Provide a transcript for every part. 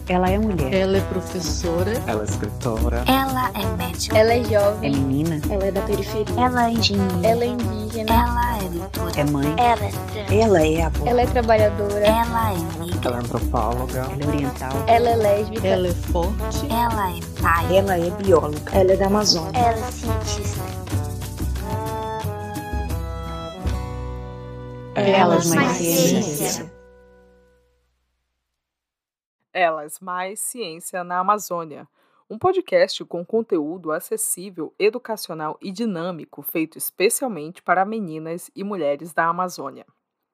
Ela é mulher. Ela é professora. Ela é escritora. Ela é médica. Ela é jovem. É menina. Ela é da periferia. Ela é engenheira. Ela é indígena. Ela é doutora. É mãe. Ela é trans. Ela é avó. Ela é trabalhadora. Ela é negra. Ela é antropóloga. Ela é oriental. Ela é lésbica. Ela é forte. Ela é pai. Ela é bióloga. Ela é da Amazônia. Ela é cientista. Elas mais mais ciência. Elas mais ciência na Amazônia. Um podcast com conteúdo acessível, educacional e dinâmico feito especialmente para meninas e mulheres da Amazônia.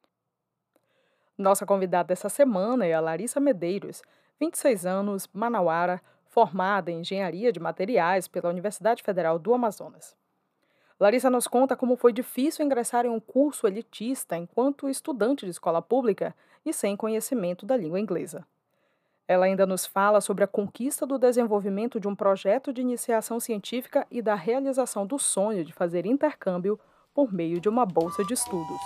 Nossa convidada dessa semana é a Larissa Medeiros, 26 anos, manauara, formada em Engenharia de Materiais pela Universidade Federal do Amazonas. Larissa nos conta como foi difícil ingressar em um curso elitista enquanto estudante de escola pública e sem conhecimento da língua inglesa. Ela ainda nos fala sobre a conquista do desenvolvimento de um projeto de iniciação científica e da realização do sonho de fazer intercâmbio por meio de uma bolsa de estudos.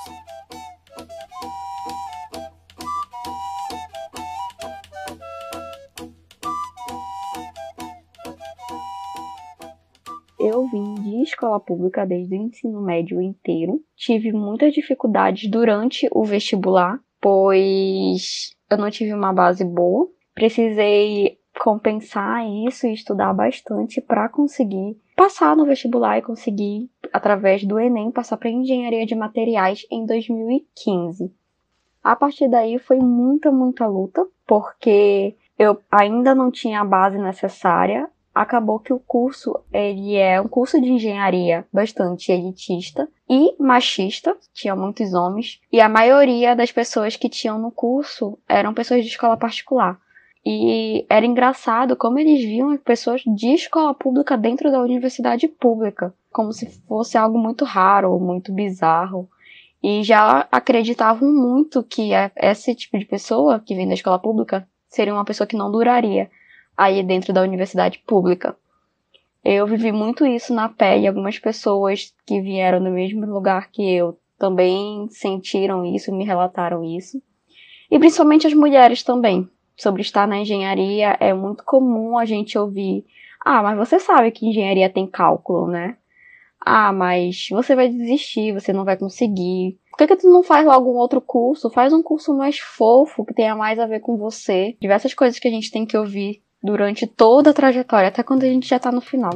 Eu vim de escola pública desde o ensino médio inteiro. Tive muitas dificuldades durante o vestibular, pois eu não tive uma base boa. Precisei compensar isso e estudar bastante para conseguir passar no vestibular e conseguir, através do Enem, passar para Engenharia de Materiais em 2015. A partir daí foi muita luta, porque eu ainda não tinha a base necessária. Acabou que o curso ele é um curso de engenharia bastante elitista e machista, tinha muitos homens, e a maioria das pessoas que tinham no curso eram pessoas de escola particular. E era engraçado como eles viam pessoas de escola pública dentro da universidade pública, como se fosse algo muito raro, muito bizarro. E já acreditavam muito que esse tipo de pessoa que vem da escola pública seria uma pessoa que não duraria aí dentro da universidade pública. Eu vivi muito isso na pele. Algumas pessoas que vieram do mesmo lugar que eu também sentiram isso, me relataram isso. E principalmente as mulheres também. Sobre estar na engenharia, é muito comum a gente ouvir: ah, mas você sabe que engenharia tem cálculo, né? Ah, mas você vai desistir, você não vai conseguir. Por que tu não faz logo um outro curso? Faz um curso mais fofo, que tenha mais a ver com você. Diversas coisas que a gente tem que ouvir durante toda a trajetória, até quando a gente já tá no final.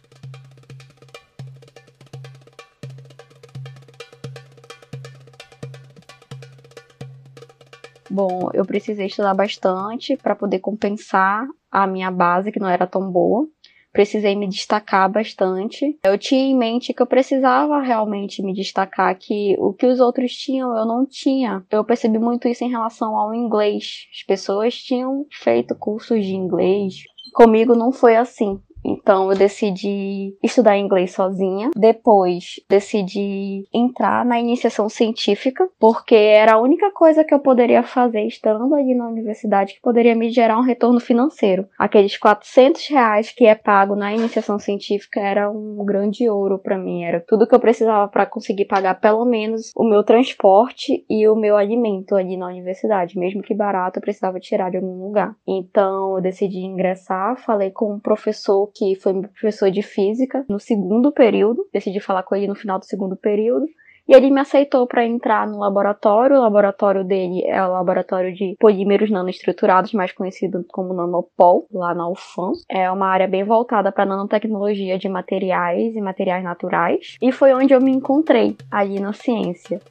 Bom, eu precisei estudar bastante para poder compensar a minha base, que não era tão boa. Precisei me destacar bastante. Eu tinha em mente que eu precisava realmente me destacar, que o que os outros tinham eu não tinha. Eu percebi muito isso em relação ao inglês. As pessoas tinham feito cursos de inglês. Comigo não foi assim. Então eu decidi estudar inglês sozinha. Depois decidi entrar na iniciação científica, porque era a única coisa que eu poderia fazer estando ali na universidade que poderia me gerar um retorno financeiro. Aqueles R$400 que é pago na iniciação científica era um grande ouro para mim. Era tudo que eu precisava para conseguir pagar pelo menos o meu transporte e o meu alimento ali na universidade. Mesmo que barato, eu precisava tirar de algum lugar. Então eu decidi ingressar, falei com um professor que foi meu professor de física no segundo período. Decidi falar com ele no final do segundo período. E ele me aceitou para entrar no laboratório. O laboratório dele é o laboratório de polímeros nanoestruturados, mais conhecido como Nanopol, lá na UFAM. É uma área bem voltada para nanotecnologia de materiais e materiais naturais. E foi onde eu me encontrei, ali na ciência.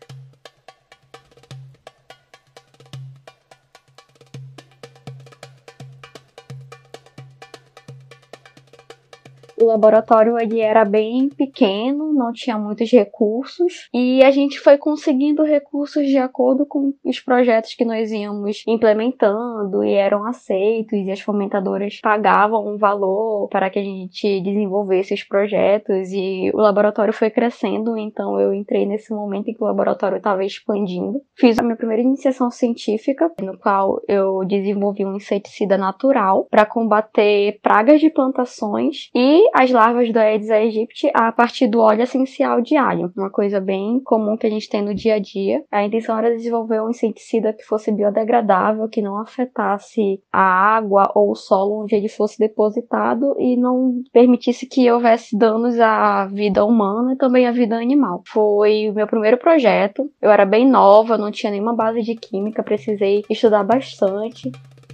O laboratório ele era bem pequeno, não tinha muitos recursos, e a gente foi conseguindo recursos de acordo com os projetos que nós íamos implementando e eram aceitos, e as fomentadoras pagavam um valor para que a gente desenvolvesse os projetos, e o laboratório foi crescendo. Então eu entrei nesse momento em que o laboratório estava expandindo. Fiz a minha primeira iniciação científica, no qual eu desenvolvi um inseticida natural para combater pragas de plantações e as larvas do Aedes aegypti a partir do óleo essencial de alho, uma coisa bem comum que a gente tem no dia a dia. A intenção era desenvolver um inseticida que fosse biodegradável, que não afetasse a água ou o solo onde ele fosse depositado e não permitisse que houvesse danos à vida humana e também à vida animal. Foi o meu primeiro projeto, eu era bem nova, não tinha nenhuma base de química, precisei estudar bastante.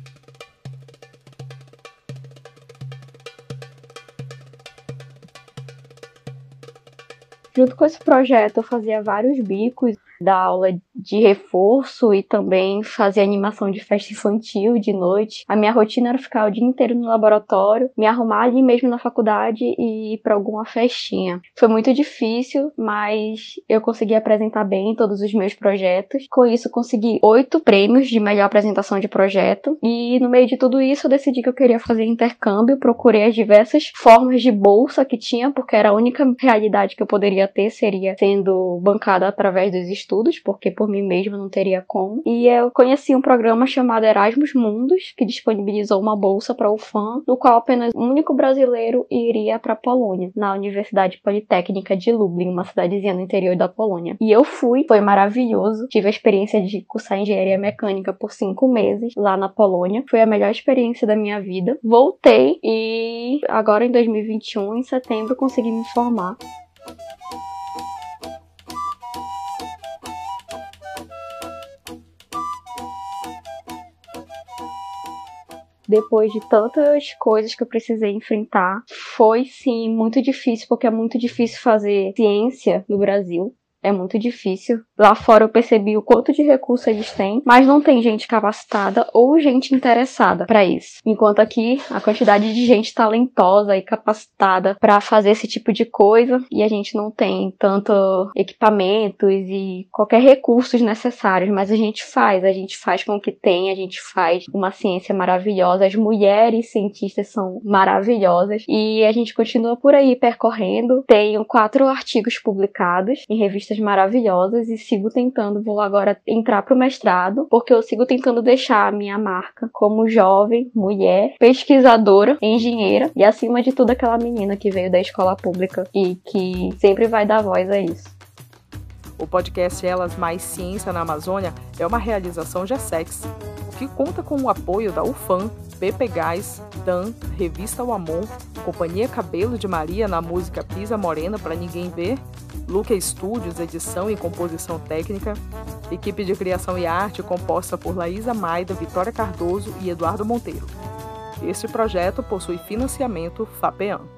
Junto com esse projeto, eu fazia vários bicos da aula de reforço e também fazia animação de festa infantil de noite. A minha rotina era ficar o dia inteiro no laboratório, me arrumar ali mesmo na faculdade e ir para alguma festinha. Foi muito difícil, mas eu consegui apresentar bem todos os meus projetos. Com isso, consegui 8 prêmios de melhor apresentação de projeto. E no meio de tudo isso, eu decidi que eu queria fazer intercâmbio. Procurei as diversas formas de bolsa que tinha, porque era a única realidade que eu poderia ter, seria sendo bancada através dos estudos, porque por mim mesma não teria como. E eu conheci um programa chamado Erasmus Mundus, que disponibilizou uma bolsa para o FAM, no qual apenas um único brasileiro iria para a Polônia, na Universidade Politécnica de Lublin, uma cidadezinha no interior da Polônia. E eu fui, foi maravilhoso. Tive a experiência de cursar engenharia mecânica por 5 meses lá na Polônia. Foi a melhor experiência da minha vida. Voltei e agora em 2021, em setembro, consegui me formar. Depois de tantas coisas que eu precisei enfrentar, foi sim muito difícil, porque é muito difícil fazer ciência no Brasil. É muito difícil. Lá fora eu percebi o quanto de recursos eles têm, mas não tem gente capacitada ou gente interessada para isso. Enquanto aqui, a quantidade de gente talentosa e capacitada para fazer esse tipo de coisa, e a gente não tem tanto equipamentos e qualquer recursos necessários, mas a gente faz com o que tem, a gente faz uma ciência maravilhosa, as mulheres cientistas são maravilhosas, e a gente continua por aí percorrendo. Tenho 4 artigos publicados em revistas maravilhosas e sigo tentando, vou agora entrar pro mestrado, porque eu sigo tentando deixar a minha marca como jovem, mulher, pesquisadora, engenheira e acima de tudo aquela menina que veio da escola pública e que sempre vai dar voz a isso. O podcast Elas Mais Ciência na Amazônia é uma realização GESEX, que conta com o apoio da UFAM, BP Gás, DAN, Revista O Amon, Companhia Cabelo de Maria na música Pisa Morena Pra Ninguém Ver, Luca Studios, edição e composição técnica, equipe de criação e arte composta por Laísa Maida, Vitória Cardoso e Eduardo Monteiro. Este projeto possui financiamento FAPEAM.